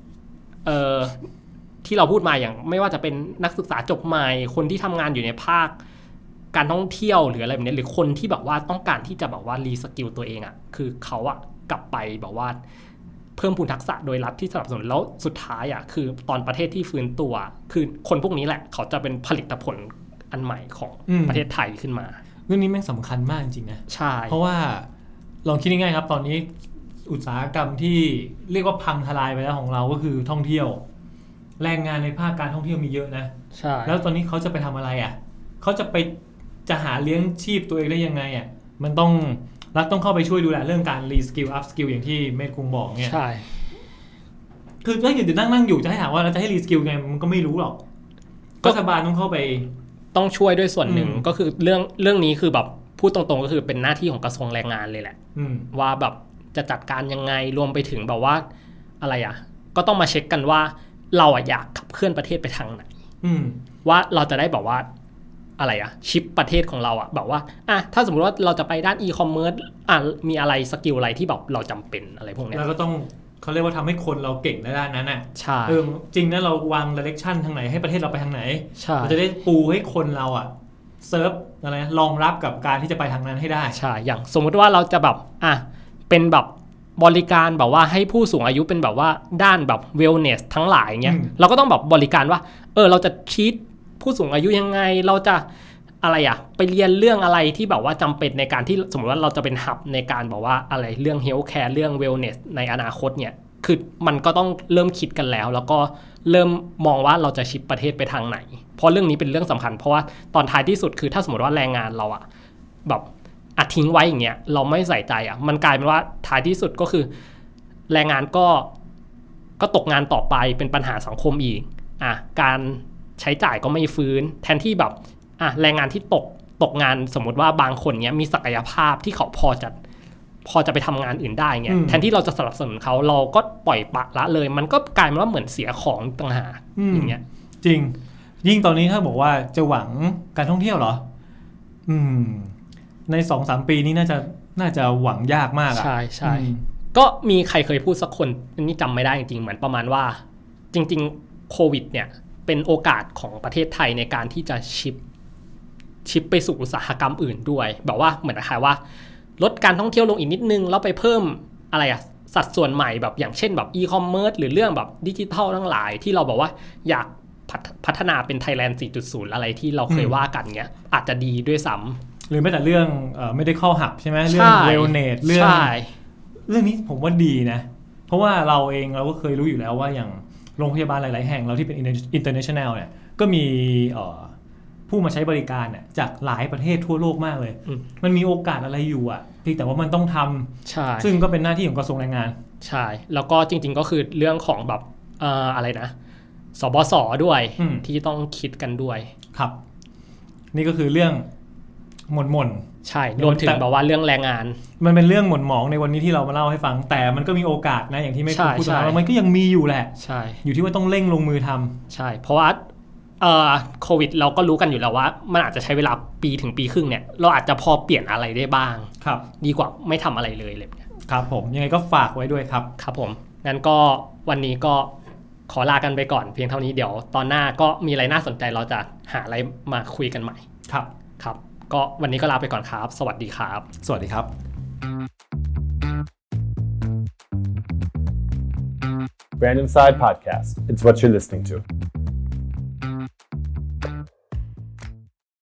ที่เราพูดมาอย่างไม่ว่าจะเป็นนักศึกษาจบใหม่คนที่ทำงานอยู่ในภาคการท่องเที่ยวหรืออะไรแบบนี้หรือคนที่แบบว่าต้องการที่จะแบบว่ารีสกิลตัวเองอ่ะคือเขาอ่ะกลับไปแบบว่าเพิ่มพูนทักษะโดยรัฐที่สนับสนุนแล้วสุดท้ายอ่ะคือตอนประเทศที่ฟื้นตัวคือคนพวกนี้แหละเขาจะเป็นผลิตผลอันใหม่ของประเทศไทยขึ้นมาเรื่องนี้แม่งสำคัญมากจริงๆนะใช่เพราะว่าลองคิดง่ายๆครับตอนนี้อุตสาหกรรมที่เรียกว่าพังทลายไปแล้วของเราก็คือท่องเที่ยวแรงงานในภาคการท่องเที่ยวมีเยอะนะใช่แล้วตอนนี้เขาจะไปทำอะไรอ่ะเขาจะหาเลี้ยงชีพตัวเองได้ยังไงอ่ะมันต้องรัฐต้องเข้าไปช่วยดูแลเรื่องการรีสกิลอัพสกิลอย่างที่เมธคุงบอกเนี่ยใช่คือถ้าอยู่นั่งอยู่จะให้ถามว่าเราจะให้รีสกิลไงมันก็ไม่รู้หรอกรัฐบาลต้องเข้าไปต้องช่วยด้วยส่วนหนึ่งก็คือเรื่องนี้คือแบบพูดตรงๆก็คือเป็นหน้าที่ของกระทรวงแรงงานเลยแหละว่าแบบจะจัดการยังไงรวมไปถึงแบบว่าอะไรอ่ะก็ต้องมาเช็คกันว่าเราอยากขับเคลื่อนประเทศไปทางไหนว่าเราจะได้แบบว่าอะไรอ่ะชิปประเทศของเราอ่ะแบบว่าถ้าสมมติว่าเราจะไปด้านอีคอมเมิร์ซมีอะไรสกิลอะไรที่แบบเราจำเป็นอะไรพวกนี้แล้วก็ต้องเขาเรียกว่าทำให้คนเราเก่งในด้านนั้นน่ะใช่จริงนะเราวาง direction ทางไหนให้ประเทศเราไปทางไหนเราจะได้ปูให้คนเราอ่ะเซิร์ฟอะไรรองรับกับการที่จะไปทางนั้นให้ได้ใช่อย่างสมมติว่าเราจะแบบเป็นแบบบริการแบบว่าให้ผู้สูงอายุเป็นแบบว่าด้านแบบ wellness ทั้งหลายเงี้ยเราก็ต้องแบบบริการว่าเราจะทีทผู้สูงอายุยังไงเราจะอะไรไปเรียนเรื่องอะไรที่แบบว่าจำเป็นในการที่สมมติว่าเราจะเป็นหับในการบอกว่าอะไรเรื่อง health care เรื่อง wellness ในอนาคตเนี่ยคือมันก็ต้องเริ่มคิดกันแล้วก็เริ่มมองว่าเราจะชิปประเทศไปทางไหนเพราะเรื่องนี้เป็นเรื่องสำคัญเพราะว่าตอนท้ายที่สุดคือถ้าสมมติว่าแรงงานเราแบบทิ้งไว้อย่างเงี้ยเราไม่ใส่ใจมันกลายเป็นว่าท้ายที่สุดก็คือแรงงานก็ตกงานต่อไปเป็นปัญหาสังคมอีกการใช้จ่ายก็ไม่ฟื้นแทนที่แบบแรงงานที่ตกงานสมมติว่าบางคนเนี้ยมีศักยภาพที่เขาพอจะไปทำงานอื่นได้เงี้ยแทนที่เราจะสนับสนุนเขาเราก็ปล่อยปละละเลยมันก็กลายเป็นว่าเหมือนเสียของต่างหากอย่างเงี้ยจริงยิ่งตอนนี้ถ้าบอกว่าจะหวังการท่องเที่ยวเหรอใน 2-3 ปีนี้น่าจะหวังยากมากใช่ก็มีใครเคยพูดสักคนอันนี้จำไม่ได้จริงๆเหมือนประมาณว่าจริงๆโควิดเนี่ยเป็นโอกาสของประเทศไทยในการที่จะชิปไปสู่อุตสาหกรรมอื่นด้วยแบบว่าเหมือนคล้ายๆว่าลดการท่องเที่ยวลงอีกนิดนึงแล้วไปเพิ่มอะไรสัดส่วนใหม่แบบอย่างเช่นแบบอีคอมเมิร์ซหรือเรื่องแบบดิจิทัลทั้งหลายที่เราบอกว่าอยากพัฒนาเป็น Thailand 4.0 อะไรที่เราเคยว่ากันเงี้ยอาจจะดีด้วยซ้ำหรือแม้แต่เรื่องmedical hub ใช่ไหมเรื่อง wellness เรื่องนี้ผมว่าดีนะเพราะว่าเราเองเราก็เคยรู้อยู่แล้วว่าอย่างโรงพยาบาลหลายๆแห่งเราที่เป็น international เนี่ยก็มีผู้มาใช้บริการเนี่ยจากหลายประเทศทั่วโลกมากเลยมันมีโอกาสอะไรอยู่เพียงแต่ว่ามันต้องทำซึ่งก็เป็นหน้าที่ของกระทรวงแรงงานใช่แล้วก็จริงๆก็คือเรื่องของแบบอะไรนะสบส.ด้วยที่ต้องคิดกันด้วยครับนี่ก็คือเรื่องหม่นใช่รวมถึงแบบว่าเรื่องแรงงานมันเป็นเรื่องหม่นหมองในวันนี้ที่เรามาเล่าให้ฟังแต่มันก็มีโอกาสนะอย่างที่ไม่พูดแล้วมันก็ยังมีอยู่แหละใช่อยู่ที่ว่าต้องเร่งลงมือทำใช่เพราะว่าโควิดเราก็รู้กันอยู่แล้วว่ามันอาจจะใช้เวลาปีถึงปีครึ่งเนี่ยเราอาจจะพอเปลี่ยนอะไรได้บ้างครับดีกว่าไม่ทำอะไรเลยครับผมยังไงก็ฝากไว้ด้วยครับครับผมงั้นก็วันนี้ก็ขอลากันไปก่อนเพียงเท่านี้เดี๋ยวตอนหน้าก็มีอะไรน่าสนใจเราจะหาอะไรมาคุยกันใหม่ครับก็วันนี้ก็ลาไปก่อนครับสวัสดีครับสวัสดีครับ Random Side Podcast. It's what you're listening to.